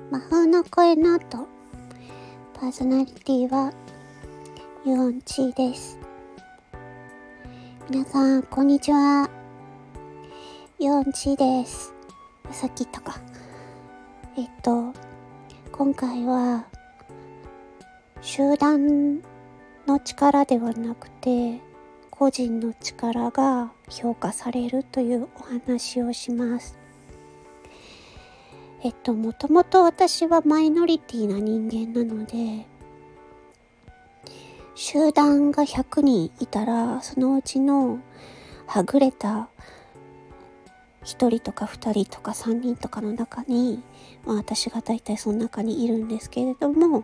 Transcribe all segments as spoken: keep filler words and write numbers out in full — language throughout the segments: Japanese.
魔法の声ノート。パーソナリティはユオンチーです。皆さんこんにちは。ユオンチーです。さっき言ったか。えっと今回は集団の力ではなくて個人の力が評価されるというお話をします。えっともともと私はマイノリティな人間なので、集団がひゃくにんいたらそのうちのはぐれたひとりとかふたりとかさんにんとかの中に、まあ、私が大体その中にいるんですけれども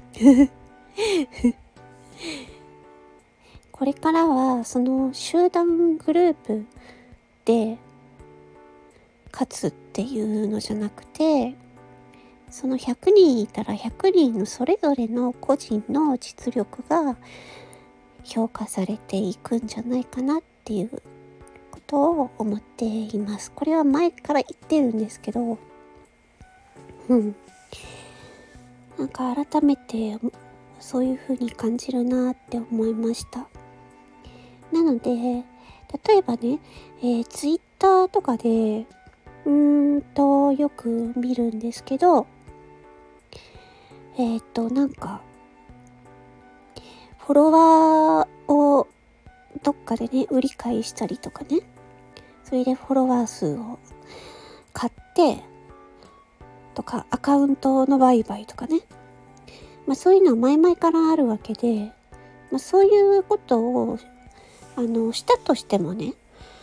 これからはその集団グループで勝つっていうのじゃなくて、そのひゃくにんいたらひゃくにんのそれぞれの個人の実力が評価されていくんじゃないかなっていうことを思っています。これは前から言ってるんですけど、うんなんか改めてそういう風に感じるなって思いました。なので例えばね、えー、ツイッターとかでうーんとよく見るんですけど、えっとなんかフォロワーをどっかでね売り買いしたりとかね、それでフォロワー数を買ってとかアカウントの売買とかね、まあそういうのは前々からあるわけで、まあ、そういうことをあのしたとしてもね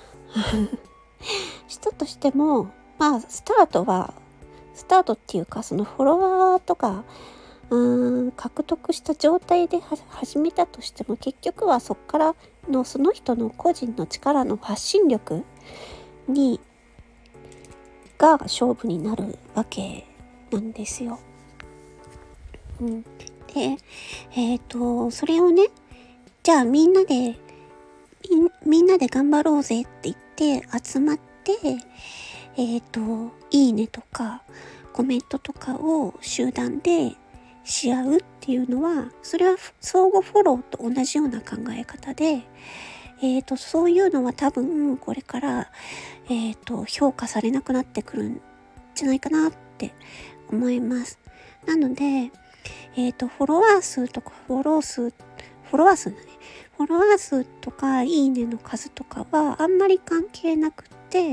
したとしてもまあスタートはスタートっていうかそのフォロワーとかうーん獲得した状態で始めたとしても、結局はそこからのその人の個人の力の発信力にが勝負になるわけなんですよ。うん、でえっとそれをね、じゃあみんなでみ, みんなで頑張ろうぜって言って集まってえっといいねとかコメントとかを集団でし合うっていうのは、それは相互フォローと同じような考え方で、えっとそういうのは多分これからえっと評価されなくなってくるんじゃないかなって思います。なのでえっとフォロワー数とかフォロー数フォロワー数だねフォロワー数とかいいねの数とかはあんまり関係なくって、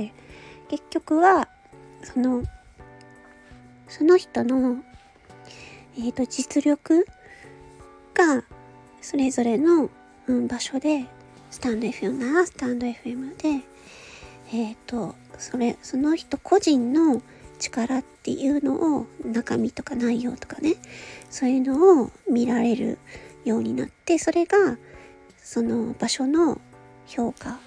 結局はそのその人のえっと実力がそれぞれの、うん、場所でスタンド エフエム ならスタンド エフエム でえっとそれその人個人の力っていうのを中身とか内容とかね、そういうのを見られるようになって、それがその場所の評価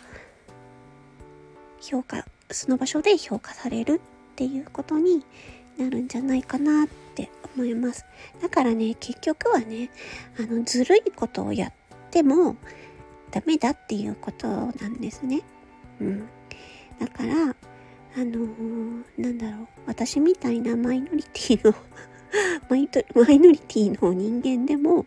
評価その場所で評価されるっていうことになるんじゃないかなって思います。だからね、結局はね、あのずるいことをやってもダメだっていうことなんですね。うん。だからあのー、なんだろう、私みたいなマイノリティのマイトマイノリティの人間でも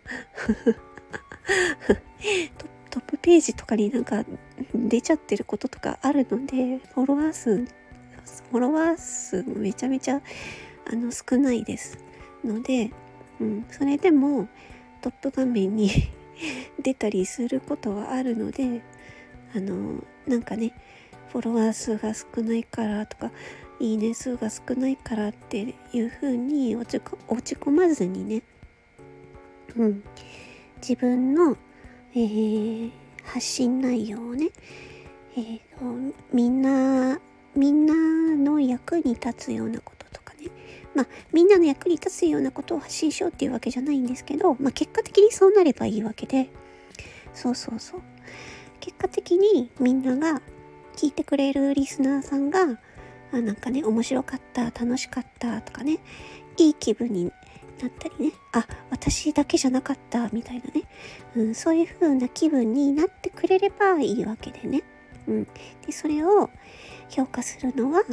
トトップページとかになんか出ちゃってることとかあるので、フォロワー数フォロワー数もめちゃめちゃあの少ないですので、うん、それでもトップ画面に出たりすることはあるので、あのなんかねフォロワー数が少ないからとかいいね数が少ないからっていう風に落ち込まずにね、うん、自分の、えー、発信内容をね、えー、みんなみんなの役に立つようなこととかね、まあみんなの役に立つようなことを発信しようっていうわけじゃないんですけど、まあ結果的にそうなればいいわけで、そうそうそう結果的にみんなが聞いてくれるリスナーさんがあなんかね面白かった楽しかったとかね、いい気分になったりね、あ私だけじゃなかったみたいなね、うん、そういう風な気分になってくれればいいわけでね、うん、でそれを評価するのは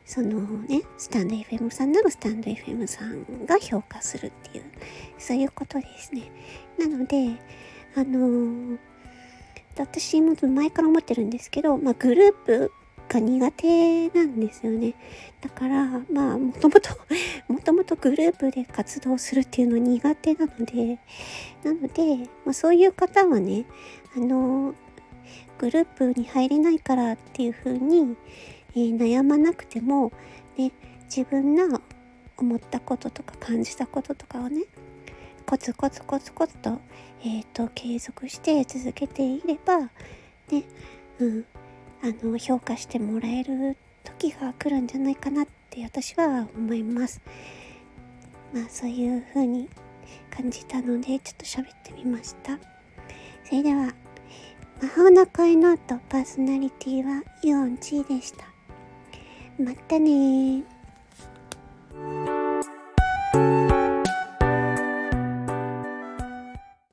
そのね、スタンド エフエム さんならスタンド エフエム さんが評価するっていう、そういうことですね。なので、あのー、私も前から思ってるんですけど、まあ、グループが苦手なんですよね。だから、まあ、もともと、もともとグループで活動するっていうの苦手なので、なので、まあ、そういう方はね、あのー、グループに入れないからっていう風に、えー、悩まなくても、ね、自分の思ったこととか感じたこととかをね、コツコツコツコツと、えっと、継続して続けていれば、ね、うん、あの、評価してもらえる時が来るんじゃないかなって私は思います。まあ、そういう風に感じたので、ちょっと喋ってみました。それでは、魔法の声ノートパーソナリティはユオンチーでした。またねー。